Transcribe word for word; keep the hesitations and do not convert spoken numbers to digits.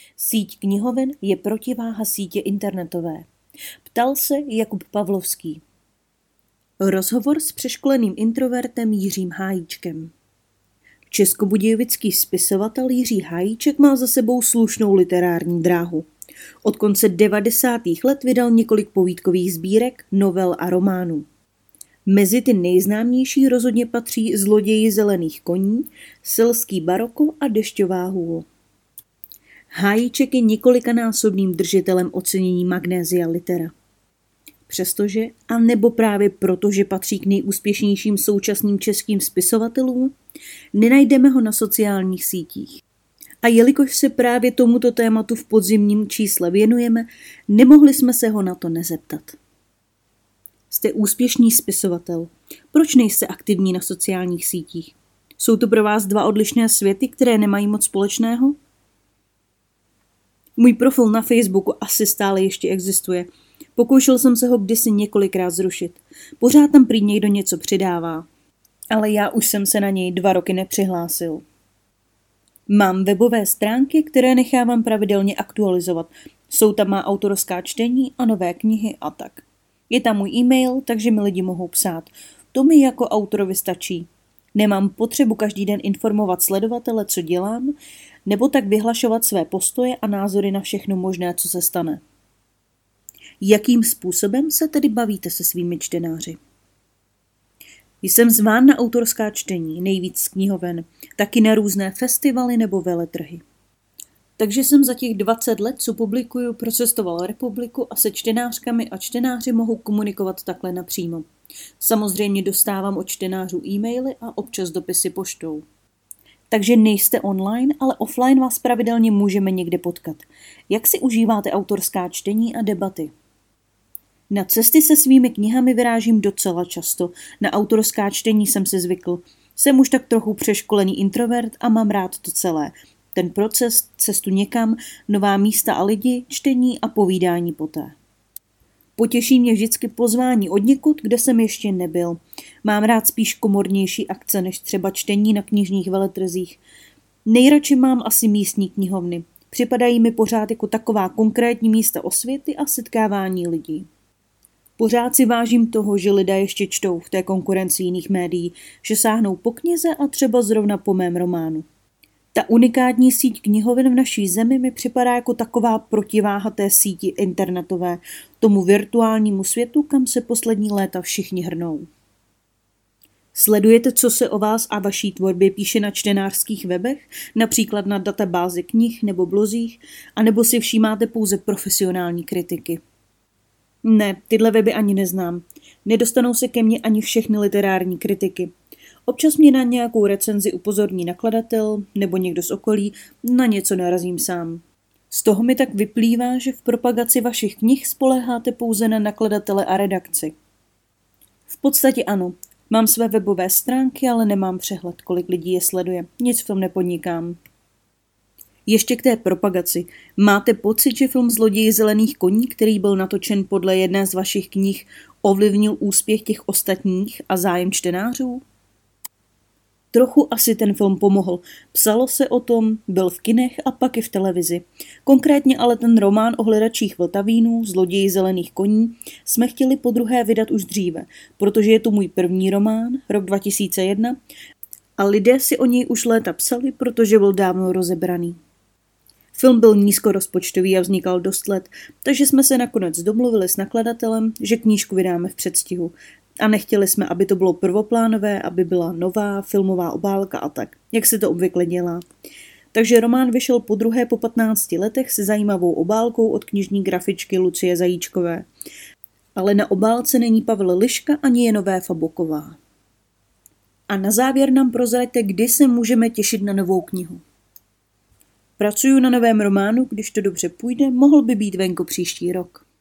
Síť knihoven je protiváha sítě internetové. Ptal se Jakub Pavlovský. Rozhovor s přeškoleným introvertem Jiřím Hájíčkem. Českobudějovický spisovatel Jiří Hájíček má za sebou slušnou literární dráhu. Od konce devadesátých let vydal několik povídkových sbírek, novel a románů. Mezi ty nejznámější rozhodně patří Zloději zelených koní, Selský baroko a Dešťová hůl. Hájíček je několikanásobným držitelem ocenění Magnesia Litera. Přestože, a nebo právě proto, že patří k nejúspěšnějším současným českým spisovatelům, nenajdeme ho na sociálních sítích. A jelikož se právě tomuto tématu v podzimním čísle věnujeme, nemohli jsme se ho na to nezeptat. Jste úspěšný spisovatel. Proč nejste aktivní na sociálních sítích? Jsou to pro vás dva odlišné světy, které nemají moc společného? Můj profil na Facebooku asi stále ještě existuje. Pokoušel jsem se ho kdysi několikrát zrušit. Pořád tam prý někdo něco přidává. Ale já už jsem se na něj dva roky nepřihlásil. Mám webové stránky, které nechávám pravidelně aktualizovat. Jsou tam má autorská čtení a nové knihy a tak. Je tam můj e-mail, takže mi lidi mohou psát. To mi jako autorovi stačí. Nemám potřebu každý den informovat sledovatele, co dělám, nebo tak vyhlašovat své postoje a názory na všechno možné, co se stane. Jakým způsobem se tedy bavíte se svými čtenáři? Jsem zván na autorská čtení, nejvíc z knihoven, taky na různé festivaly nebo veletrhy. Takže jsem za těch dvacet let, co publikuju, procestoval republiku a se čtenářkami a čtenáři mohou komunikovat takhle napřímo. Samozřejmě dostávám od čtenářů e-maily a občas dopisy poštou. Takže nejste online, ale offline vás pravidelně můžeme někde potkat. Jak si užíváte autorská čtení a debaty? Na cesty se svými knihami vyrážím docela často. Na autorská čtení jsem si zvykl. Jsem už tak trochu přeškolený introvert a mám rád to celé. Ten proces, cestu někam, nová místa a lidi, čtení a povídání poté. Potěší mě vždycky pozvání od někud, kde jsem ještě nebyl. Mám rád spíš komornější akce, než třeba čtení na knižních veletrzích. Nejradši mám asi místní knihovny. Připadají mi pořád jako taková konkrétní místa osvěty a setkávání lidí. Pořád si vážím toho, že lidé ještě čtou v té konkurenci jiných médií, že sáhnou po knize a třeba zrovna po mém románu. Ta unikátní síť knihoven v naší zemi mi připadá jako taková protiváha té síti internetové, tomu virtuálnímu světu, kam se poslední léta všichni hrnou. Sledujete, co se o vás a vaší tvorbě píše na čtenářských webech, například na databázi knih nebo blozích, anebo si všímáte pouze profesionální kritiky? Ne, tyhle weby ani neznám. Nedostanou se ke mně ani všechny literární kritiky. Občas mě na nějakou recenzi upozorní nakladatel nebo někdo z okolí, na něco narazím sám. Z toho mi tak vyplývá, že v propagaci vašich knih spoléháte pouze na nakladatele a redakci. V podstatě ano, mám své webové stránky, ale nemám přehled, kolik lidí je sleduje. Nic v tom nepodnikám. Ještě k té propagaci. Máte pocit, že film Zloději zelených koní, který byl natočen podle jedné z vašich knih, ovlivnil úspěch těch ostatních a zájem čtenářů? Trochu asi ten film pomohl. Psalo se o tom, byl v kinech a pak i v televizi. Konkrétně ale ten román o hledačích Vltavínů, Zloději zelených koní, jsme chtěli podruhé vydat už dříve, protože je to můj první román, rok dva tisíce jedna, a lidé si o něj už léta psali, protože byl dávno rozebraný. Film byl nízkorozpočtový a vznikal dost let, takže jsme se nakonec domluvili s nakladatelem, že knížku vydáme v předstihu. A nechtěli jsme, aby to bylo prvoplánové, aby byla nová filmová obálka a tak, jak se to obvykle dělá. Takže román vyšel podruhé po patnácti letech se zajímavou obálkou od knižní grafičky Lucie Zajíčkové. Ale na obálce není Pavel Liška ani Jenové Faboková. A na závěr nám prozraďte, kdy se můžeme těšit na novou knihu. Pracuju na novém románu, když to dobře půjde, mohl by být venku příští rok.